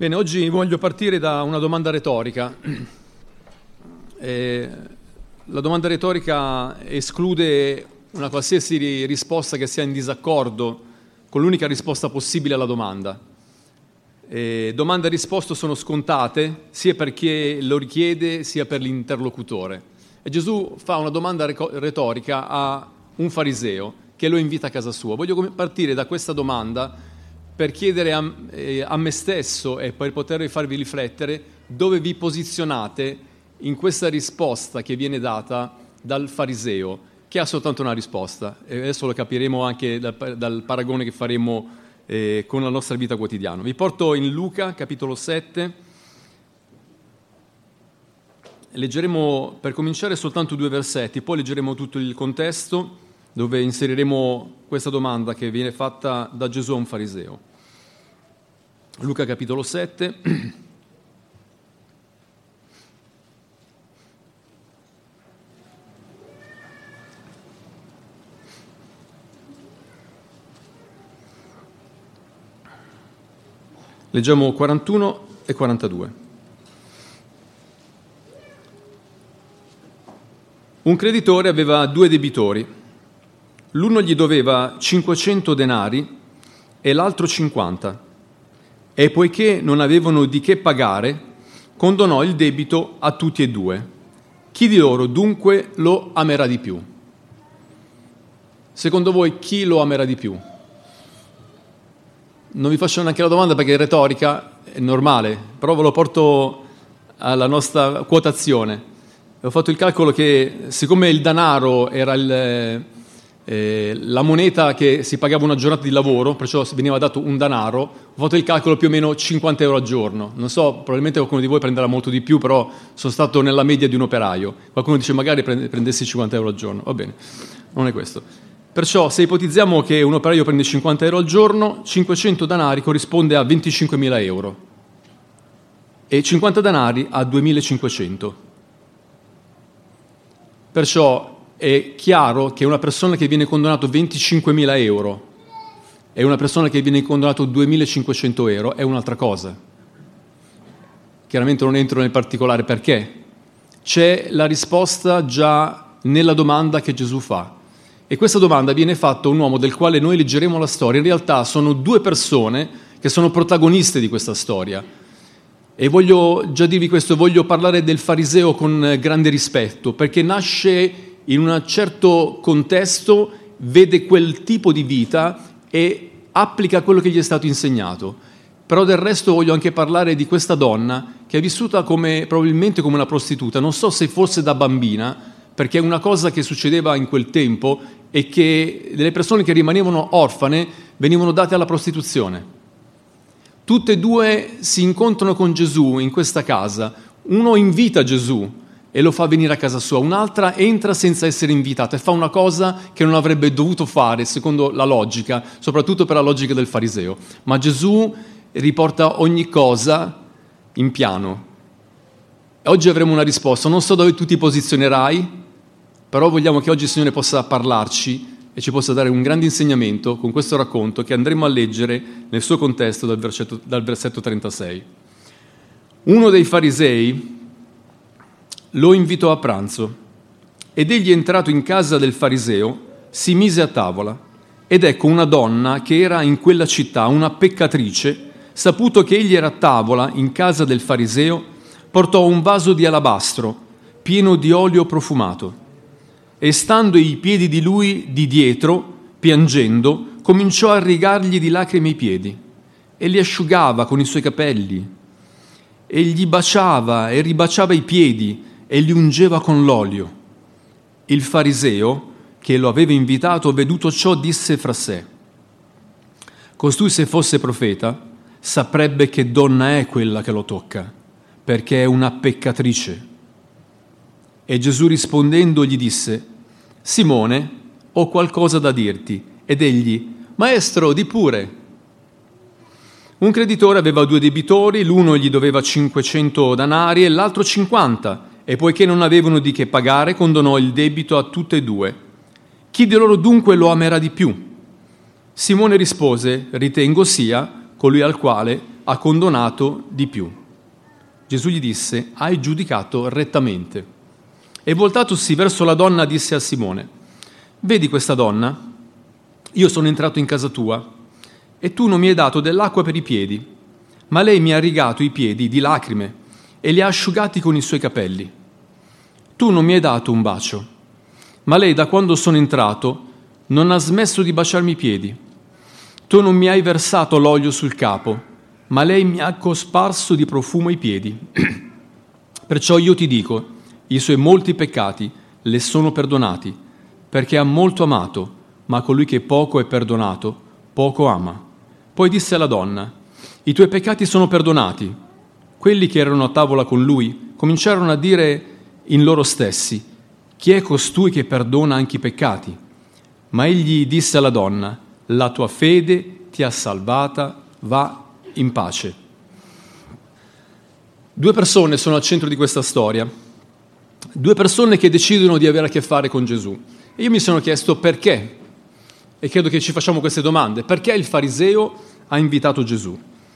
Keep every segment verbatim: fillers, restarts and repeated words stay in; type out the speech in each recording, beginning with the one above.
Bene, oggi voglio partire da una domanda retorica. Eh, la domanda retorica esclude una qualsiasi risposta che sia in disaccordo con l'unica risposta possibile alla domanda. Eh, domanda e risposta sono scontate sia per chi lo richiede sia per l'interlocutore. E Gesù fa una domanda retorica a un fariseo che lo invita a casa sua. Voglio partire da questa domanda per chiedere a, eh, a me stesso e per poter farvi riflettere dove vi posizionate in questa risposta che viene data dal fariseo, che ha soltanto una risposta. E adesso lo capiremo anche dal, dal paragone che faremo eh, con la nostra vita quotidiana. Vi porto in Luca, capitolo sette. Leggeremo per cominciare soltanto due versetti, poi leggeremo tutto il contesto dove inseriremo questa domanda che viene fatta da Gesù a un fariseo. Luca capitolo sette. Leggiamo quarantuno e quarantadue. Un creditore aveva due debitori. L'uno gli doveva cinquecento denari e l'altro cinquanta. E poiché non avevano di che pagare, condonò il debito a tutti e due. Chi di loro dunque lo amerà di più? Secondo voi chi lo amerà di più? Non vi faccio neanche la domanda perché è retorica, è normale, però ve lo porto alla nostra quotazione. Ho fatto il calcolo che siccome il denaro era il... Eh, la moneta che si pagava una giornata di lavoro, perciò veniva dato un denaro, ho fatto il calcolo più o meno cinquanta euro al giorno. Non so, probabilmente qualcuno di voi prenderà molto di più, però sono stato nella media di un operaio. Qualcuno dice magari prendessi cinquanta euro al giorno, va bene, non è questo. Perciò se ipotizziamo che un operaio prende cinquanta euro al giorno, cinquecento denari corrisponde a venticinquemila euro e cinquanta denari a duemilacinquecento. Perciò è chiaro che una persona che viene condonato venticinquemila euro e una persona che viene condonato duemilacinquecento euro è un'altra cosa. Chiaramente non entro nel particolare perché. C'è la risposta già nella domanda che Gesù fa. E questa domanda viene fatta a un uomo del quale noi leggeremo la storia. In realtà sono due persone che sono protagoniste di questa storia. E voglio già dirvi questo, voglio parlare del fariseo con grande rispetto, perché nasce in un certo contesto, vede quel tipo di vita e applica quello che gli è stato insegnato. Però del resto voglio anche parlare di questa donna che è vissuta come, probabilmente come una prostituta, non so se forse da bambina, perché è una cosa che succedeva in quel tempo e che delle persone che rimanevano orfane venivano date alla prostituzione. Tutte e due si incontrano con Gesù in questa casa, uno invita Gesù e lo fa venire a casa sua, un'altra entra senza essere invitata e fa una cosa che non avrebbe dovuto fare secondo la logica, soprattutto per la logica del fariseo. Ma Gesù riporta ogni cosa in piano. E oggi avremo una risposta, non so dove tu ti posizionerai, però vogliamo che oggi il Signore possa parlarci e ci possa dare un grande insegnamento con questo racconto che andremo a leggere nel suo contesto dal versetto, dal versetto trentasei. Uno dei farisei lo invitò a pranzo ed egli, entrato in casa del fariseo, si mise a tavola. Ed ecco una donna che era in quella città, una peccatrice, saputo che egli era a tavola in casa del fariseo, portò un vaso di alabastro pieno di olio profumato e, stando ai piedi di lui di dietro, piangendo, cominciò a rigargli di lacrime i piedi e li asciugava con i suoi capelli e gli baciava e ribaciava i piedi e li ungeva con l'olio. Il fariseo, che lo aveva invitato, veduto ciò, disse fra sé: costui, se fosse profeta, saprebbe che donna è quella che lo tocca, perché è una peccatrice. E Gesù rispondendo gli disse: Simone, ho qualcosa da dirti. Ed egli: Maestro, di pure. Un creditore aveva due debitori, l'uno gli doveva cinquecento denari e l'altro cinquanta. E poiché non avevano di che pagare, condonò il debito a tutte e due. Chi di loro dunque lo amerà di più? Simone rispose: ritengo sia colui al quale ha condonato di più. Gesù gli disse: hai giudicato rettamente. E voltatosi verso la donna disse a Simone: vedi questa donna? Io sono entrato in casa tua e tu non mi hai dato dell'acqua per i piedi, ma lei mi ha rigato i piedi di lacrime e li ha asciugati con i suoi capelli. Tu non mi hai dato un bacio, ma lei da quando sono entrato non ha smesso di baciarmi i piedi. Tu non mi hai versato l'olio sul capo, ma lei mi ha cosparso di profumo i piedi. Perciò io ti dico, i suoi molti peccati le sono perdonati, perché ha molto amato, ma colui che poco è perdonato, poco ama. Poi disse alla donna: i tuoi peccati sono perdonati. Quelli che erano a tavola con lui cominciarono a dire in loro stessi: chi è costui che perdona anche i peccati? Ma egli disse alla donna: la tua fede ti ha salvata, va in pace. Due persone sono al centro di questa storia, due persone che decidono di avere a che fare con Gesù. E io mi sono chiesto perché, e credo che ci facciamo queste domande: perché il fariseo ha invitato Gesù?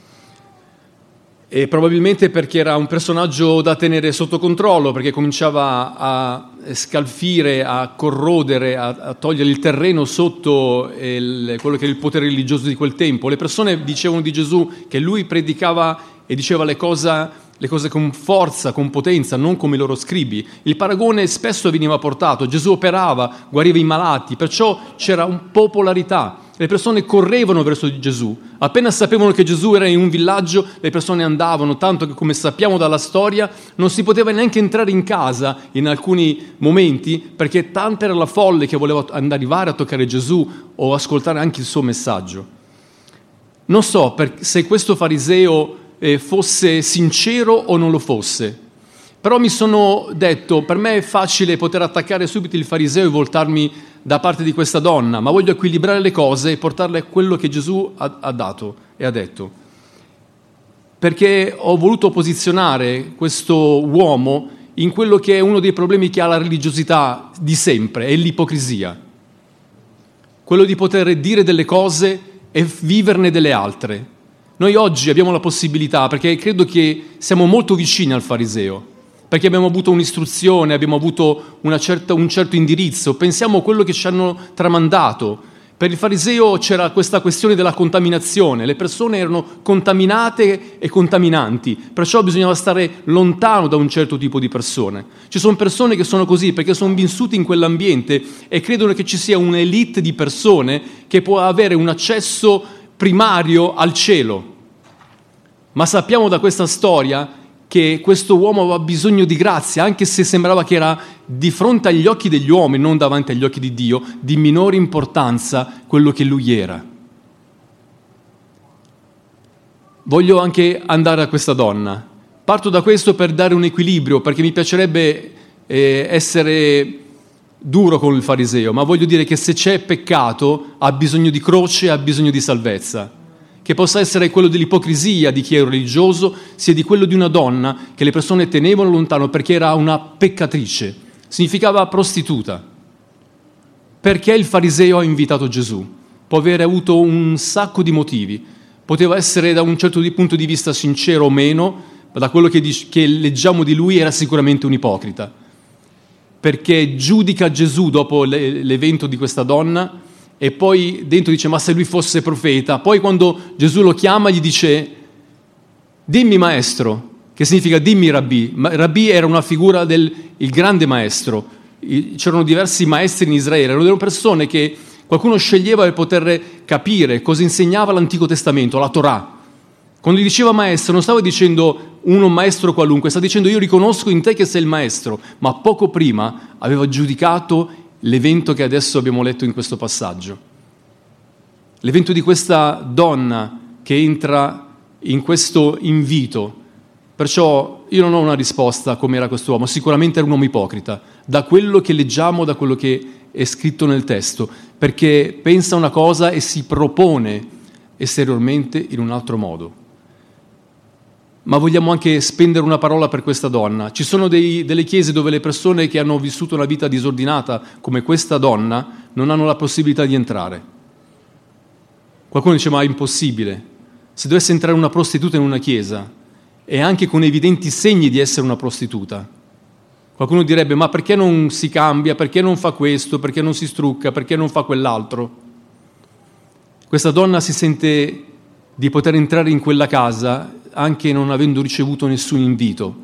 E probabilmente perché era un personaggio da tenere sotto controllo, perché cominciava a scalfire, a corrodere, a, a togliere il terreno sotto il, quello che era il potere religioso di quel tempo. Le persone dicevano di Gesù che lui predicava e diceva le cose, le cose con forza, con potenza, non come i loro scribi. Il paragone spesso veniva portato: Gesù operava, guariva i malati, perciò c'era una popolarità. Le persone correvano verso Gesù. Appena sapevano che Gesù era in un villaggio, le persone andavano, tanto che, come sappiamo dalla storia, non si poteva neanche entrare in casa in alcuni momenti, perché tanta era la folle che voleva arrivare a toccare Gesù o ascoltare anche il suo messaggio. Non so per, se questo fariseo eh, fosse sincero o non lo fosse, però mi sono detto: per me è facile poter attaccare subito il fariseo e voltarmi da parte di questa donna, ma voglio equilibrare le cose e portarle a quello che Gesù ha, ha dato e ha detto. Perché ho voluto posizionare questo uomo in quello che è uno dei problemi che ha la religiosità di sempre, è l'ipocrisia. Quello di poter dire delle cose e viverne delle altre. Noi oggi abbiamo la possibilità, perché credo che siamo molto vicini al fariseo, perché abbiamo avuto un'istruzione, abbiamo avuto una certa, un certo indirizzo, pensiamo a quello che ci hanno tramandato. Per il fariseo c'era questa questione della contaminazione, le persone erano contaminate e contaminanti, perciò bisognava stare lontano da un certo tipo di persone. Ci sono persone che sono così perché sono vissute in quell'ambiente e credono che ci sia un'elite di persone che può avere un accesso primario al cielo. Ma sappiamo da questa storia che questo uomo aveva bisogno di grazia, anche se sembrava che era di fronte agli occhi degli uomini, non davanti agli occhi di Dio, di minore importanza quello che lui era. Voglio anche andare a questa donna. Parto da questo per dare un equilibrio, perché mi piacerebbe eh, essere duro con il fariseo, ma voglio dire che se c'è peccato ha bisogno di croce, ha bisogno di salvezza. Che possa essere quello dell'ipocrisia di chi è religioso, sia di quello di una donna che le persone tenevano lontano perché era una peccatrice, significava prostituta. Perché il fariseo ha invitato Gesù? Può avere avuto un sacco di motivi, poteva essere da un certo punto di vista sincero o meno, ma da quello che, dic- che leggiamo di lui era sicuramente un ipocrita, perché giudica Gesù dopo le- l'evento di questa donna. E poi dentro dice: ma se lui fosse profeta? Poi quando Gesù lo chiama gli dice: dimmi maestro, che significa dimmi rabbì. Rabbì era una figura del il grande maestro. C'erano diversi maestri in Israele, erano persone che qualcuno sceglieva per poter capire cosa insegnava l'Antico Testamento, la Torah. Quando gli diceva maestro non stava dicendo uno maestro qualunque, stava dicendo: io riconosco in te che sei il maestro. Ma poco prima aveva giudicato l'evento che adesso abbiamo letto in questo passaggio. L'evento di questa donna che entra in questo invito. Perciò io non ho una risposta come era quest'uomo, sicuramente era un uomo ipocrita, da quello che leggiamo, da quello che è scritto nel testo, perché pensa una cosa e si propone esteriormente in un altro modo. Ma vogliamo anche spendere una parola per questa donna. Ci sono dei, delle chiese dove le persone che hanno vissuto una vita disordinata, come questa donna, non hanno la possibilità di entrare. Qualcuno dice: ma è impossibile. se dovesse entrare una prostituta in una chiesa, e anche con evidenti segni di essere una prostituta, qualcuno direbbe: ma perché non si cambia, perché non fa questo, perché non si strucca, perché non fa quell'altro? Questa donna si sente di poter entrare in quella casa anche non avendo ricevuto nessun invito,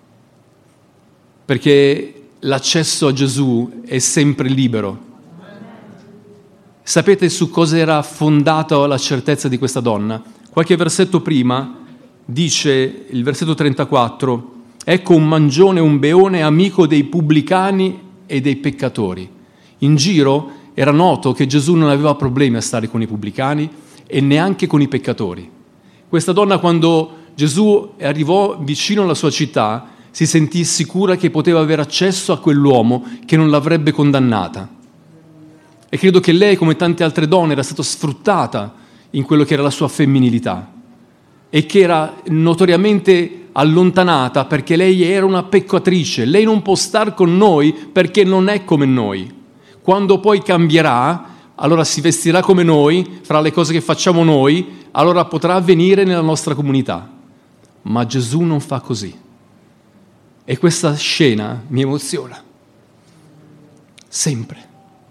perché l'accesso a Gesù è sempre libero. Sapete su cosa era fondata la certezza di questa donna? Qualche versetto prima dice, il versetto trentaquattro: ecco un mangione, un beone, amico dei pubblicani e dei peccatori. In giro era noto che Gesù non aveva problemi a stare con i pubblicani e neanche con i peccatori. Questa donna, quando Gesù arrivò vicino alla sua città, si sentì sicura che poteva avere accesso a quell'uomo che non l'avrebbe condannata. E credo che lei, come tante altre donne, era stata sfruttata in quello che era la sua femminilità e che era notoriamente allontanata perché lei era una peccatrice. Lei non può star con noi perché non è come noi. Quando poi cambierà, allora si vestirà come noi, fra le cose che facciamo noi, allora potrà venire nella nostra comunità. Ma Gesù non fa così. E questa scena mi emoziona. Sempre.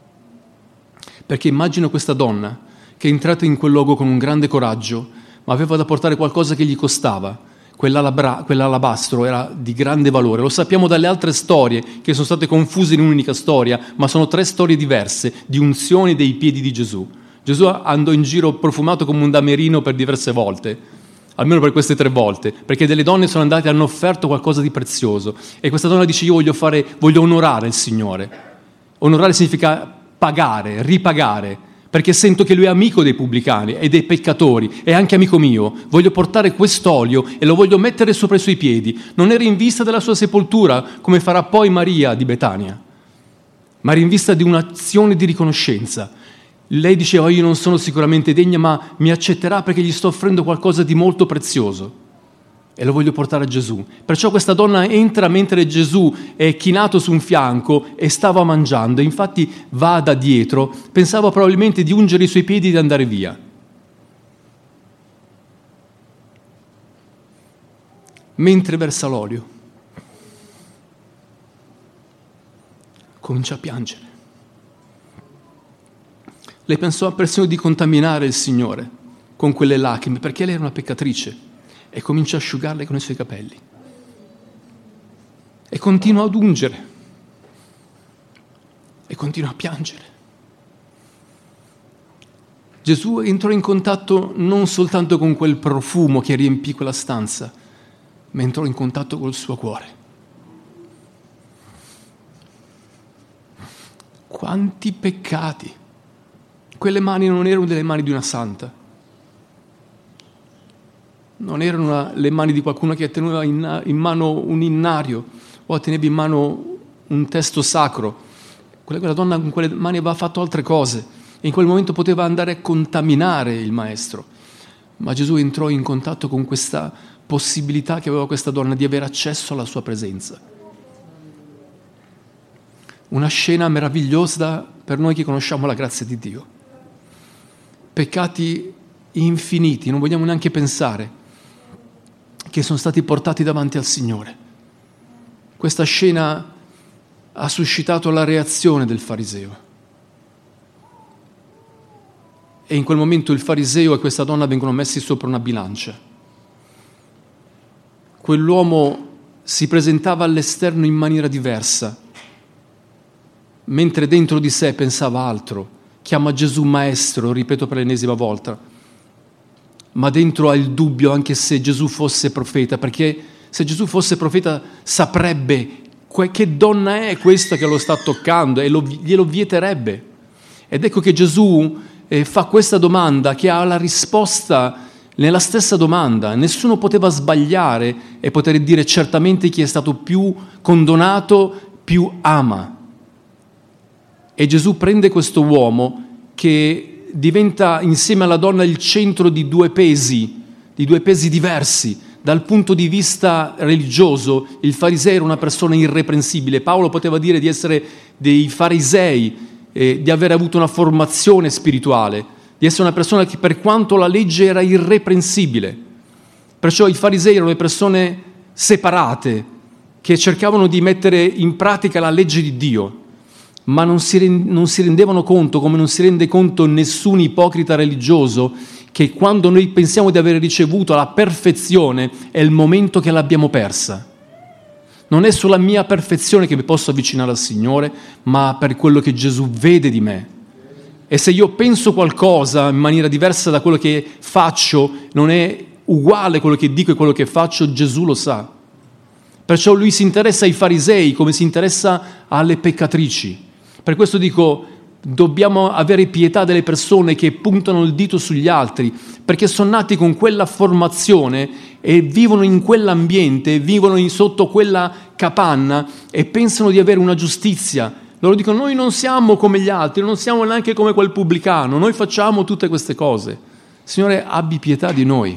Perché immagino questa donna che è entrata in quel luogo con un grande coraggio, ma aveva da portare qualcosa che gli costava. Quell'alabra, quell'alabastro era di grande valore. Lo sappiamo dalle altre storie che sono state confuse in un'unica storia, ma sono tre storie diverse di unzione dei piedi di Gesù. Gesù andò in giro profumato come un damerino per diverse volte, almeno per queste tre volte, perché delle donne sono andate e hanno offerto qualcosa di prezioso. E questa donna dice: io voglio fare, voglio onorare il Signore. Onorare significa pagare, ripagare, perché sento che lui è amico dei pubblicani e dei peccatori, è anche amico mio. Voglio portare quest'olio e lo voglio mettere sopra i suoi piedi. Non era in vista della sua sepoltura, come farà poi Maria di Betania, ma era in vista di un'azione di riconoscenza. Lei diceva: io non sono sicuramente degna, ma mi accetterà perché gli sto offrendo qualcosa di molto prezioso e lo voglio portare a Gesù. Perciò questa donna entra mentre Gesù è chinato su un fianco e stava mangiando, e infatti va da dietro, pensava probabilmente di ungere i suoi piedi e di andare via. Mentre versa l'olio, comincia a piangere. Lei pensò persino di contaminare il Signore con quelle lacrime, perché lei era una peccatrice, e comincia a asciugarle con i suoi capelli. E continua ad ungere. E continua a piangere. Gesù entrò in contatto non soltanto con quel profumo che riempì quella stanza, ma entrò in contatto col suo cuore. Quanti peccati! Quelle mani non erano delle mani di una santa. Non erano una, le mani di qualcuno che teneva in, in mano un innario o teneva in mano un testo sacro. Quella, quella donna con quelle mani aveva fatto altre cose e in quel momento poteva andare a contaminare il maestro. Ma Gesù entrò in contatto con questa possibilità che aveva questa donna di avere accesso alla sua presenza. Una scena meravigliosa per noi che conosciamo la grazia di Dio. Peccati infiniti, non vogliamo neanche pensare, che sono stati portati davanti al Signore. Questa scena ha suscitato la reazione del fariseo. E in quel momento il fariseo e questa donna vengono messi sopra una bilancia. Quell'uomo si presentava all'esterno in maniera diversa, mentre dentro di sé pensava altro. Chiama Gesù maestro, ripeto per l'ennesima volta. Ma dentro ha il dubbio anche se Gesù fosse profeta, perché se Gesù fosse profeta saprebbe che donna è questa che lo sta toccando e lo, glielo vieterebbe. Ed ecco che Gesù eh, fa questa domanda che ha la risposta nella stessa domanda. Nessuno poteva sbagliare e poter dire certamente chi è stato più condonato, più ama. E Gesù prende questo uomo che diventa insieme alla donna il centro di due pesi, di due pesi diversi. Dal punto di vista religioso, il fariseo era una persona irreprensibile. Paolo poteva dire di essere dei farisei, eh, di aver avuto una formazione spirituale, di di essere una persona che per quanto la legge era irreprensibile. Perciò i farisei erano le persone separate, che cercavano di mettere in pratica la legge di Dio, ma non si, rend- non si rendevano conto, come non si rende conto nessun ipocrita religioso, che quando noi pensiamo di aver ricevuto la perfezione è il momento che l'abbiamo persa. Non è sulla mia perfezione che mi posso avvicinare al Signore, ma per quello che Gesù vede di me. E se io penso qualcosa in maniera diversa da quello che faccio, non è uguale quello che dico e quello che faccio, Gesù lo sa. Perciò lui si interessa ai farisei come si interessa alle peccatrici. Per questo dico, dobbiamo avere pietà delle persone che puntano il dito sugli altri, perché sono nati con quella formazione e vivono in quell'ambiente, vivono in, sotto quella capanna e pensano di avere una giustizia. Loro dicono, noi non siamo come gli altri, non siamo neanche come quel pubblicano, noi facciamo tutte queste cose. Signore, abbi pietà di noi.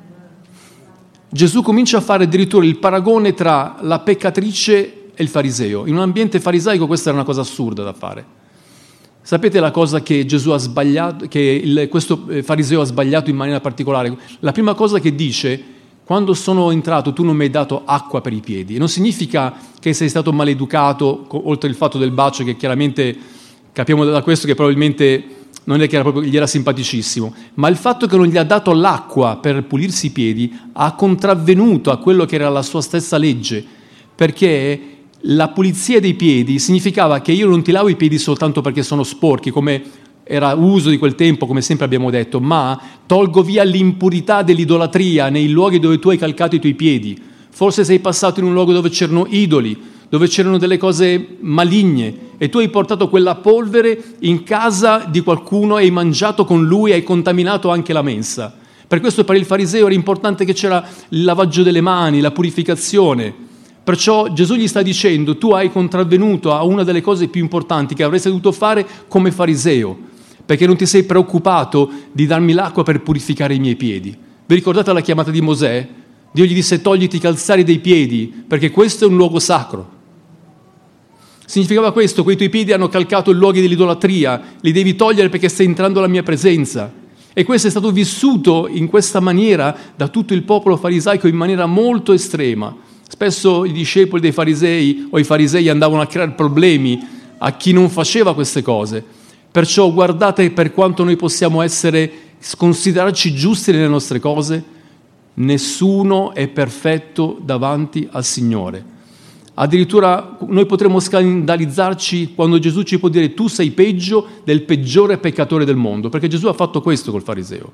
Gesù comincia a fare addirittura il paragone tra la peccatrice e il fariseo. In un ambiente farisaico questa era una cosa assurda da fare. Sapete la cosa che Gesù ha sbagliato, che il, questo fariseo ha sbagliato in maniera particolare? La prima cosa che dice, quando sono entrato tu non mi hai dato acqua per i piedi. Non significa che sei stato maleducato, oltre il fatto del bacio, che chiaramente capiamo da questo che probabilmente non è che era proprio, gli era simpaticissimo, ma il fatto che non gli ha dato l'acqua per pulirsi i piedi ha contravvenuto a quello che era la sua stessa legge, perché la pulizia dei piedi significava che io non ti lavo i piedi soltanto perché sono sporchi, come era uso di quel tempo, come sempre abbiamo detto, ma tolgo via l'impurità dell'idolatria nei luoghi dove tu hai calcato i tuoi piedi. Forse sei passato in un luogo dove c'erano idoli, dove c'erano delle cose maligne, e tu hai portato quella polvere in casa di qualcuno e hai mangiato con lui e hai contaminato anche la mensa. Per questo per il fariseo era importante che c'era il lavaggio delle mani, la purificazione. Perciò Gesù gli sta dicendo, tu hai contravvenuto a una delle cose più importanti che avresti dovuto fare come fariseo, perché non ti sei preoccupato di darmi l'acqua per purificare i miei piedi. Vi ricordate la chiamata di Mosè? Dio gli disse, togliti i calzari dei piedi, perché questo è un luogo sacro. Significava questo, quei tuoi piedi hanno calcato i luoghi dell'idolatria, li devi togliere perché stai entrando alla mia presenza. E questo è stato vissuto in questa maniera da tutto il popolo farisaico in maniera molto estrema. Spesso i discepoli dei farisei o i farisei andavano a creare problemi a chi non faceva queste cose. Perciò guardate, per quanto noi possiamo essere, considerarci giusti nelle nostre cose, nessuno è perfetto davanti al Signore. Addirittura noi potremmo scandalizzarci quando Gesù ci può dire tu sei peggio del peggiore peccatore del mondo, perché Gesù ha fatto questo col fariseo.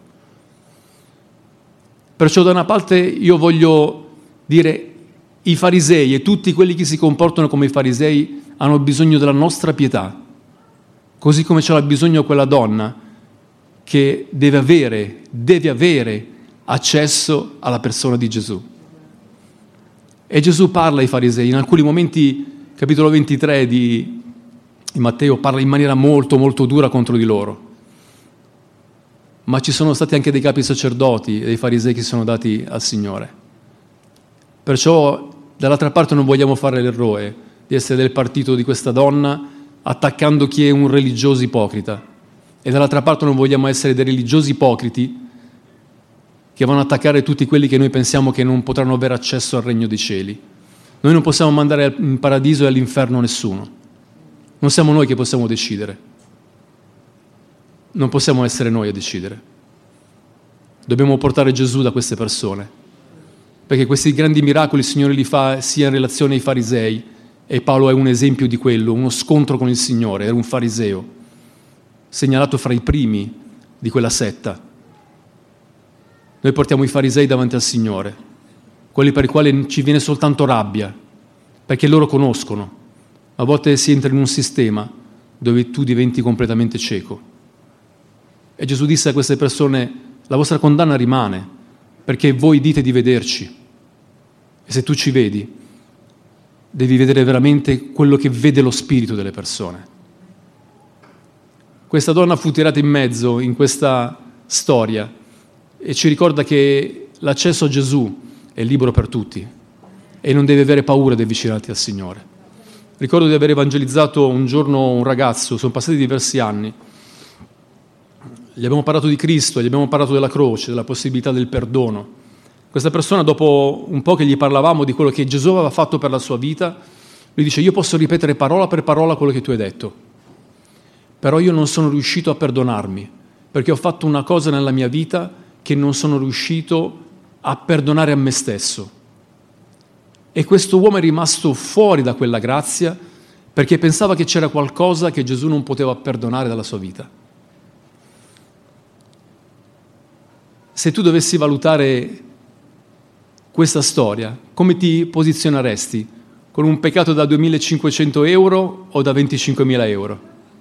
Perciò da una parte io voglio dire i farisei e tutti quelli che si comportano come i farisei hanno bisogno della nostra pietà, così come c'era bisogno quella donna che deve avere, deve avere accesso alla persona di Gesù. E Gesù parla ai farisei, in alcuni momenti, capitolo ventitré di, di Matteo, parla in maniera molto molto dura contro di loro. Ma ci sono stati anche dei capi sacerdoti e dei farisei che si sono dati al Signore. Perciò dall'altra parte non vogliamo fare l'errore di essere del partito di questa donna attaccando chi è un religioso ipocrita. E dall'altra parte non vogliamo essere dei religiosi ipocriti che vanno ad attaccare tutti quelli che noi pensiamo che non potranno avere accesso al regno dei cieli. Noi non possiamo mandare in paradiso e all'inferno nessuno. Non siamo noi che possiamo decidere. Non possiamo essere noi a decidere. Dobbiamo portare Gesù da queste persone, perché questi grandi miracoli il Signore li fa sia in relazione ai farisei, e Paolo è un esempio di quello, uno scontro con il Signore, era un fariseo, segnalato fra i primi di quella setta. Noi portiamo i farisei davanti al Signore, quelli per i quali ci viene soltanto rabbia, perché loro conoscono. A volte si entra in un sistema dove tu diventi completamente cieco. E Gesù disse a queste persone, la vostra condanna rimane, perché voi dite di vederci. E se tu ci vedi, devi vedere veramente quello che vede lo spirito delle persone. Questa donna fu tirata in mezzo in questa storia, e ci ricorda che l'accesso a Gesù è libero per tutti e non devi avere paura di avvicinarti al Signore. Ricordo di aver evangelizzato un giorno un ragazzo, sono passati diversi anni, gli abbiamo parlato di Cristo, gli abbiamo parlato della croce, della possibilità del perdono. Questa persona, dopo un po' che gli parlavamo di quello che Gesù aveva fatto per la sua vita, lui dice: io posso ripetere parola per parola quello che tu hai detto, però io non sono riuscito a perdonarmi, perché ho fatto una cosa nella mia vita che non sono riuscito a perdonare a me stesso. E questo uomo è rimasto fuori da quella grazia perché pensava che c'era qualcosa che Gesù non poteva perdonare dalla sua vita. Se tu dovessi valutare questa storia, come ti posizioneresti? Con un peccato da duemilacinquecento euro o da venticinquemila euro?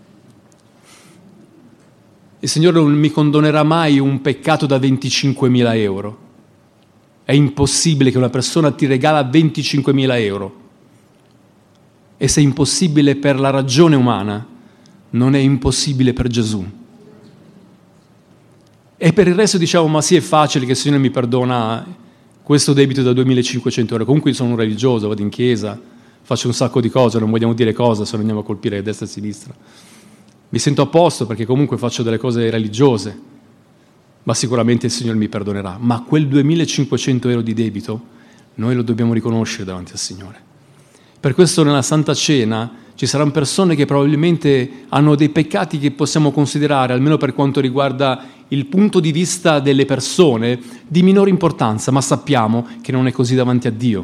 Il Signore non mi condonerà mai un peccato da venticinquemila euro. È impossibile che una persona ti regala venticinquemila euro. E se è impossibile per la ragione umana, non è impossibile per Gesù. E per il resto diciamo: ma sì, è facile che il Signore mi perdona questo debito da duemilacinquecento euro. Comunque io sono un religioso, vado in chiesa, faccio un sacco di cose, non vogliamo dire cosa, se non andiamo a colpire a destra e a sinistra. Mi sento a posto perché comunque faccio delle cose religiose, ma sicuramente il Signore mi perdonerà. Ma quel duemilacinquecento euro di debito noi lo dobbiamo riconoscere davanti al Signore. Per questo nella Santa Cena ci saranno persone che probabilmente hanno dei peccati che possiamo considerare, almeno per quanto riguarda il punto di vista delle persone, di minore importanza, ma sappiamo che non è così davanti a Dio.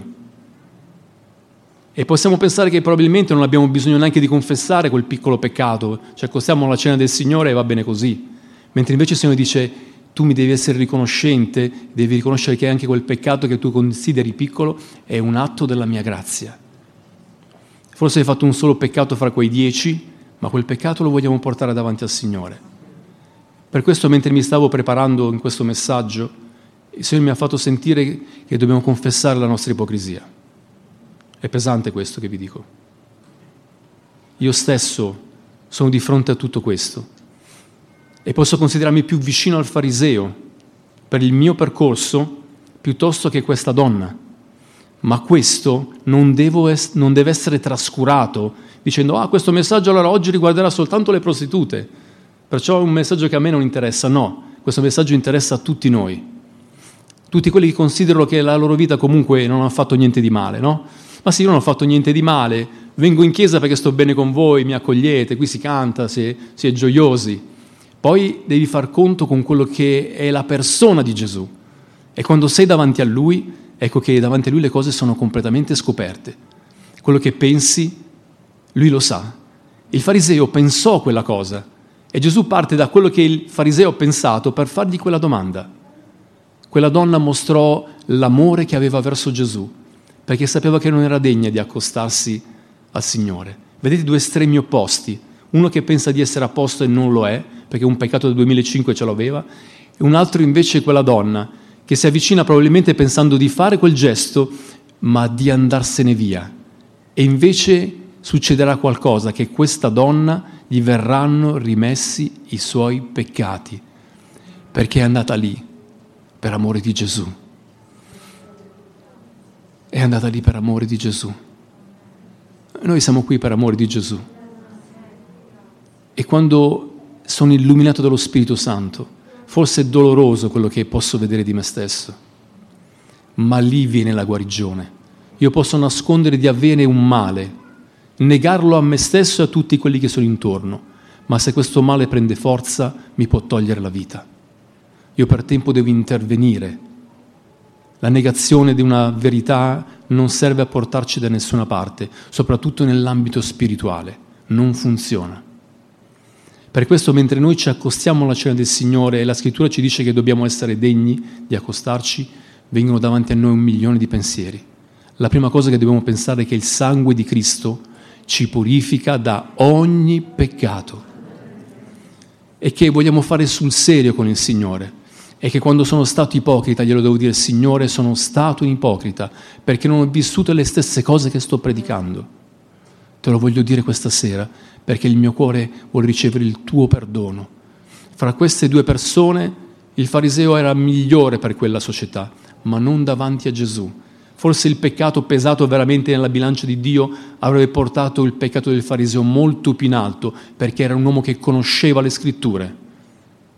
E possiamo pensare che probabilmente non abbiamo bisogno neanche di confessare quel piccolo peccato, ci accostiamo alla cena del Signore e va bene così. Mentre invece il Signore dice: tu mi devi essere riconoscente, devi riconoscere che anche quel peccato che tu consideri piccolo è un atto della mia grazia. Forse hai fatto un solo peccato fra quei dieci, ma quel peccato lo vogliamo portare davanti al Signore. Per questo, mentre mi stavo preparando in questo messaggio, il Signore mi ha fatto sentire che dobbiamo confessare la nostra ipocrisia. È pesante questo che vi dico. Io stesso sono di fronte a tutto questo e posso considerarmi più vicino al fariseo per il mio percorso piuttosto che questa donna. Ma questo non, devo es- non deve essere trascurato dicendo: ah, questo messaggio allora oggi riguarderà soltanto le prostitute, perciò è un messaggio che a me non interessa. No, questo messaggio interessa a tutti noi, tutti quelli che considerano che la loro vita comunque non ha fatto niente di male, no? Ma sì, io non ho fatto niente di male, vengo in chiesa perché sto bene con voi, mi accogliete, qui si canta, si è, si è gioiosi. Poi devi far conto con quello che è la persona di Gesù, e quando sei davanti a Lui, ecco che davanti a Lui le cose sono completamente scoperte. Quello che pensi, Lui lo sa. Il fariseo pensò quella cosa e Gesù parte da quello che il fariseo ha pensato per fargli quella domanda. Quella donna mostrò l'amore che aveva verso Gesù, perché sapeva che non era degna di accostarsi al Signore. Vedete due estremi opposti, uno che pensa di essere a posto e non lo è, perché un peccato del duemilacinque ce l'aveva, e un altro invece quella donna, che si avvicina probabilmente pensando di fare quel gesto, ma di andarsene via. E invece succederà qualcosa, che questa donna gli verranno rimessi i suoi peccati, perché è andata lì per amore di Gesù. È andata lì per amore di Gesù. Noi siamo qui per amore di Gesù. E quando sono illuminato dallo Spirito Santo, forse è doloroso quello che posso vedere di me stesso, ma lì viene la guarigione. Io posso nascondere di avere un male, negarlo a me stesso e a tutti quelli che sono intorno, ma se questo male prende forza mi può togliere la vita. Io per tempo devo intervenire. La negazione di una verità non serve a portarci da nessuna parte, soprattutto nell'ambito spirituale. Non funziona. Per questo, mentre noi ci accostiamo alla cena del Signore e la Scrittura ci dice che dobbiamo essere degni di accostarci, vengono davanti a noi un milione di pensieri. La prima cosa che dobbiamo pensare è che il sangue di Cristo ci purifica da ogni peccato e che vogliamo fare sul serio con il Signore. E che quando sono stato ipocrita, glielo devo dire: Signore, sono stato un ipocrita perché non ho vissuto le stesse cose che sto predicando. Te lo voglio dire questa sera perché il mio cuore vuole ricevere il tuo perdono. Fra queste due persone il fariseo era migliore per quella società, ma non davanti a Gesù. Forse il peccato pesato veramente nella bilancia di Dio avrebbe portato il peccato del fariseo molto più in alto, perché era un uomo che conosceva le Scritture.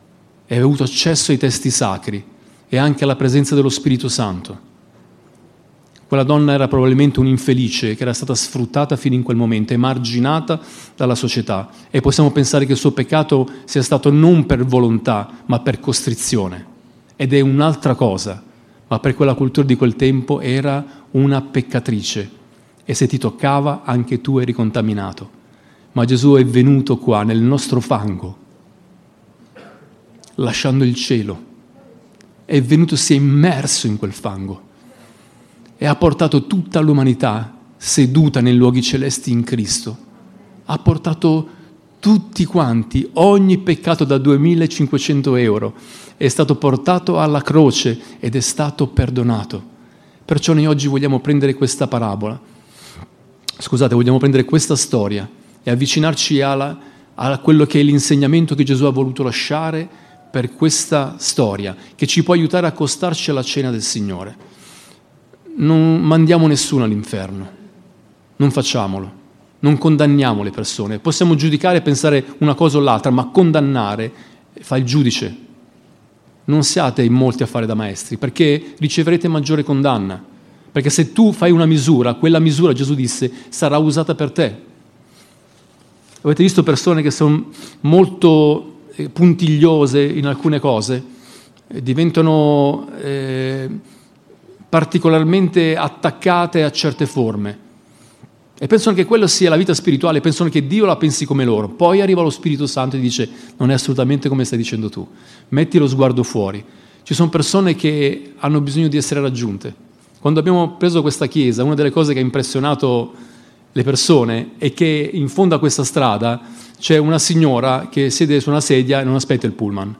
e aveva avuto accesso ai testi sacri e anche alla presenza dello Spirito Santo. Quella donna era probabilmente un'infelice che era stata sfruttata fino in quel momento, emarginata dalla società, e possiamo pensare che il suo peccato sia stato non per volontà, ma per costrizione. Ed è un'altra cosa, ma per quella cultura di quel tempo era una peccatrice, e se ti toccava anche tu eri contaminato. Ma Gesù è venuto qua nel nostro fango, lasciando il cielo, è venuto, si è immerso in quel fango e ha portato tutta l'umanità seduta nei luoghi celesti in Cristo. Ha portato tutti quanti, ogni peccato da duemilacinquecento euro è stato portato alla croce ed è stato perdonato. Perciò noi oggi vogliamo prendere questa parabola, scusate, vogliamo prendere questa storia e avvicinarci alla, a quello che è l'insegnamento che Gesù ha voluto lasciare per questa storia, che ci può aiutare a accostarci alla cena del Signore. Non mandiamo nessuno all'inferno, non facciamolo, non condanniamo le persone. Possiamo giudicare e pensare una cosa o l'altra, ma condannare fa il giudice. Non siate in molti a fare da maestri, perché riceverete maggiore condanna. Perché se tu fai una misura, quella misura, Gesù disse, sarà usata per te. Avete visto persone che sono molto puntigliose in alcune cose, diventano eh, particolarmente attaccate a certe forme e pensano che quello sia la vita spirituale, pensano che Dio la pensi come loro. Poi arriva lo Spirito Santo e dice non è assolutamente come stai dicendo tu, metti lo sguardo fuori. Ci sono persone che hanno bisogno di essere raggiunte. Quando abbiamo preso questa chiesa, una delle cose che ha impressionato le persone è che in fondo a questa strada c'è una signora che siede su una sedia e non aspetta il pullman,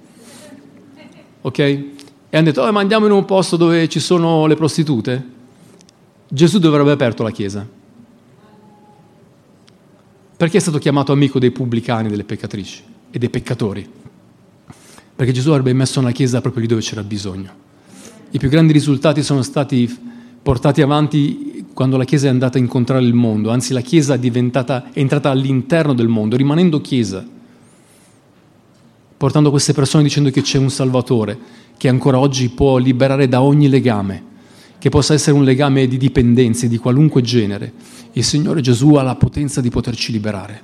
ok? E hanno detto, oh, ma andiamo in un posto dove ci sono le prostitute? Gesù dovrebbe aver aperto la chiesa. Perché è stato chiamato amico dei pubblicani, delle peccatrici e dei peccatori? Perché Gesù avrebbe messo una chiesa proprio lì dove c'era bisogno. I più grandi risultati sono stati portati avanti quando la Chiesa è andata a incontrare il mondo, anzi la Chiesa è, diventata, è entrata all'interno del mondo, rimanendo Chiesa, portando queste persone dicendo che c'è un Salvatore che ancora oggi può liberare da ogni legame, che possa essere un legame di dipendenze di qualunque genere. Il Signore Gesù ha la potenza di poterci liberare.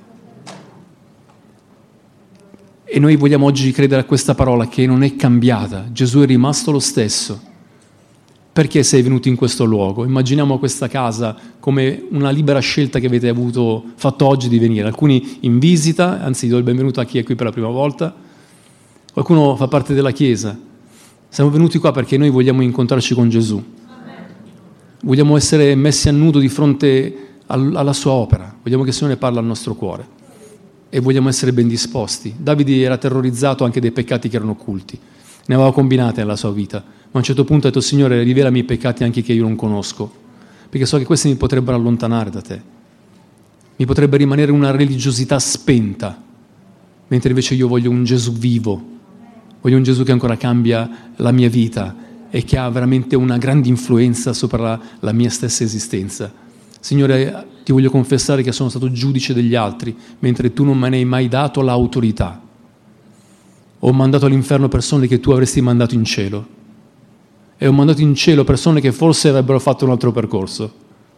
E noi vogliamo oggi credere a questa parola che non è cambiata. Gesù è rimasto lo stesso. Perché sei venuto in questo luogo? Immaginiamo questa casa come una libera scelta che avete avuto, fatto oggi di venire. Alcuni in visita, anzi do il benvenuto a chi è qui per la prima volta. Qualcuno fa parte della Chiesa. Siamo venuti qua perché noi vogliamo incontrarci con Gesù. Vogliamo essere messi a nudo di fronte alla sua opera. Vogliamo che il Signore parli al nostro cuore. E vogliamo essere ben disposti. Davide era terrorizzato anche dei peccati che erano occulti. Ne aveva combinate nella sua vita. Ma a un certo punto ha detto, Signore, rivelami i peccati anche che io non conosco, perché so che questi mi potrebbero allontanare da te. Mi potrebbe rimanere una religiosità spenta, mentre invece io voglio un Gesù vivo, voglio un Gesù che ancora cambia la mia vita e che ha veramente una grande influenza sopra la, la mia stessa esistenza. Signore, ti voglio confessare che sono stato giudice degli altri, mentre tu non me ne hai mai dato l'autorità. Ho mandato all'inferno persone che tu avresti mandato in cielo. E ho mandato in cielo persone che forse avrebbero fatto un altro percorso.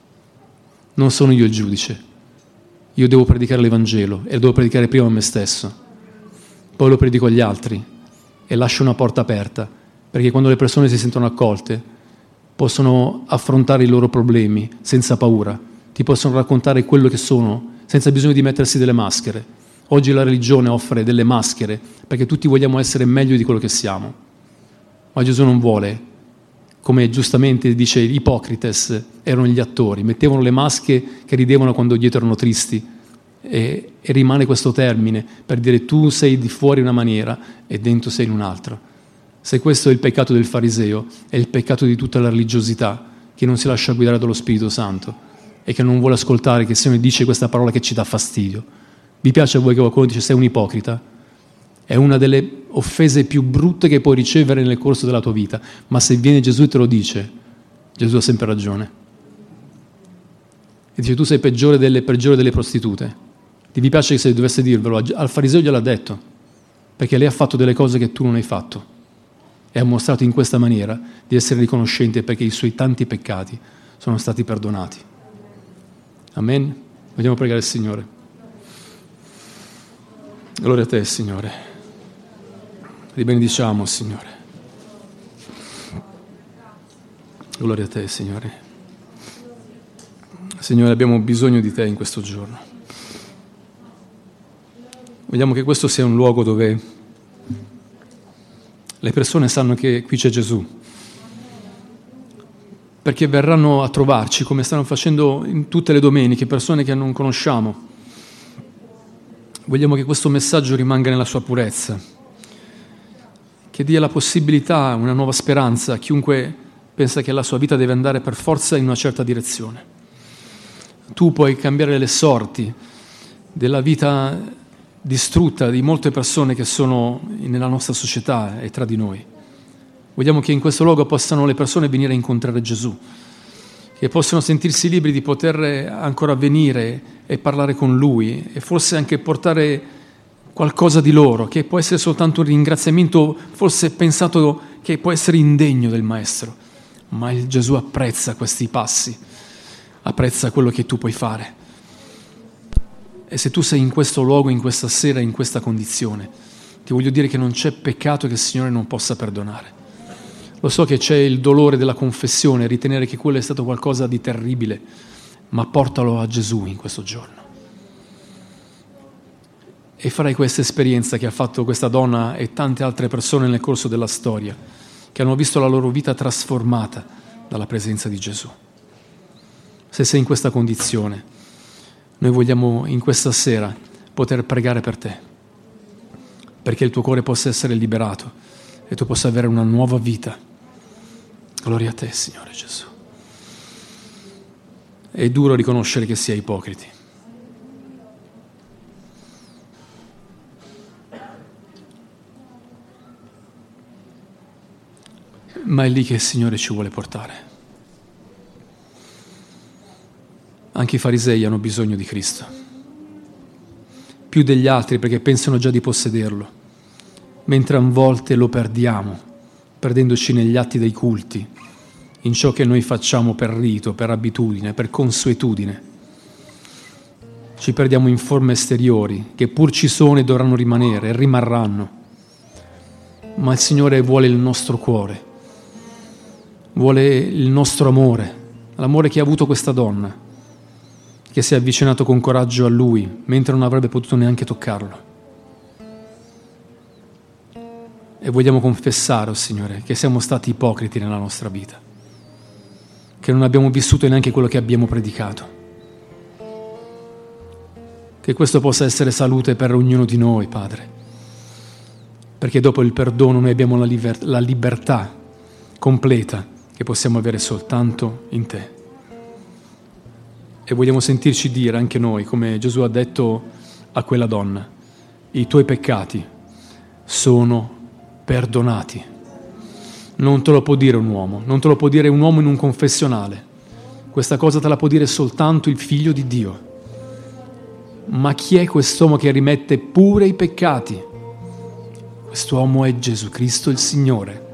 Non sono io il giudice. Io devo predicare l'Evangelo e lo devo predicare prima a me stesso. Poi lo predico agli altri e lascio una porta aperta, perché quando le persone si sentono accolte possono affrontare i loro problemi senza paura, ti possono raccontare quello che sono senza bisogno di mettersi delle maschere. Oggi la religione offre delle maschere perché tutti vogliamo essere meglio di quello che siamo, ma Gesù non vuole. Come giustamente dice Ipocrites, erano gli attori, mettevano le maschere che ridevano quando dietro erano tristi e, e rimane questo termine per dire tu sei di fuori in una maniera e dentro sei in un'altra. Se questo è il peccato del fariseo, è il peccato di tutta la religiosità che non si lascia guidare dallo Spirito Santo e che non vuole ascoltare che il Signore dice questa parola che ci dà fastidio. Vi piace a voi che qualcuno dice sei un ipocrita? È una delle offese più brutte che puoi ricevere nel corso della tua vita, ma se viene Gesù e te lo dice, Gesù ha sempre ragione. E dice tu sei peggiore delle, peggiore delle prostitute. Ti vi piace che se dovesse dirvelo? Al fariseo gliel'ha detto. perché lei ha fatto delle cose che tu non hai fatto e ha mostrato in questa maniera di essere riconoscente perché i suoi tanti peccati sono stati perdonati. Amen. Vogliamo pregare il Signore. Gloria a te, Signore. Ti benediciamo, Signore. Gloria a te, Signore. Signore, abbiamo bisogno di te in questo giorno. Vogliamo che questo sia un luogo dove le persone sanno che qui c'è Gesù, perché verranno a trovarci come stanno facendo in tutte le domeniche, persone che non conosciamo. Vogliamo che questo messaggio rimanga nella sua purezza, che dia la possibilità, una nuova speranza a chiunque pensa che la sua vita deve andare per forza in una certa direzione. Tu puoi cambiare le sorti della vita distrutta di molte persone che sono nella nostra società e tra di noi. Vogliamo che in questo luogo possano le persone venire a incontrare Gesù, che possano sentirsi liberi di poter ancora venire e parlare con Lui e forse anche portare qualcosa di loro, che può essere soltanto un ringraziamento, forse pensato che può essere indegno del Maestro, ma il Gesù apprezza questi passi, apprezza quello che tu puoi fare. E se tu sei in questo luogo, in questa sera, in questa condizione, ti voglio dire che non c'è peccato che il Signore non possa perdonare. Lo so che c'è il dolore della confessione, ritenere che quello è stato qualcosa di terribile, ma portalo a Gesù in questo giorno. E farai questa esperienza che ha fatto questa donna e tante altre persone nel corso della storia, che hanno visto la loro vita trasformata dalla presenza di Gesù. Se sei in questa condizione, noi vogliamo in questa sera poter pregare per te, perché il tuo cuore possa essere liberato e tu possa avere una nuova vita. Gloria a te, Signore Gesù. È duro riconoscere che si è ipocriti. Ma è lì che il Signore ci vuole portare. Anche i farisei hanno bisogno di Cristo, più degli altri perché pensano già di possederlo, mentre a volte lo perdiamo, perdendoci negli atti dei culti, in ciò che noi facciamo per rito, per abitudine, per consuetudine. Ci perdiamo in forme esteriori che pur ci sono e dovranno rimanere e rimarranno, ma il Signore vuole il nostro cuore, vuole il nostro amore, l'amore che ha avuto questa donna, che si è avvicinato con coraggio a Lui, mentre non avrebbe potuto neanche toccarlo. E vogliamo confessare, oh Signore, che siamo stati ipocriti nella nostra vita, che non abbiamo vissuto neanche quello che abbiamo predicato. Che questo possa essere salute per ognuno di noi, Padre, perché dopo il perdono noi abbiamo la, liber- la libertà completa che possiamo avere soltanto in Te. E vogliamo sentirci dire anche noi, come Gesù ha detto a quella donna, i tuoi peccati sono perdonati. Non te lo può dire un uomo, non te lo può dire un uomo in un confessionale. Questa cosa te la può dire soltanto il Figlio di Dio. Ma chi è quest'uomo che rimette pure i peccati? Quest'uomo è Gesù Cristo il Signore.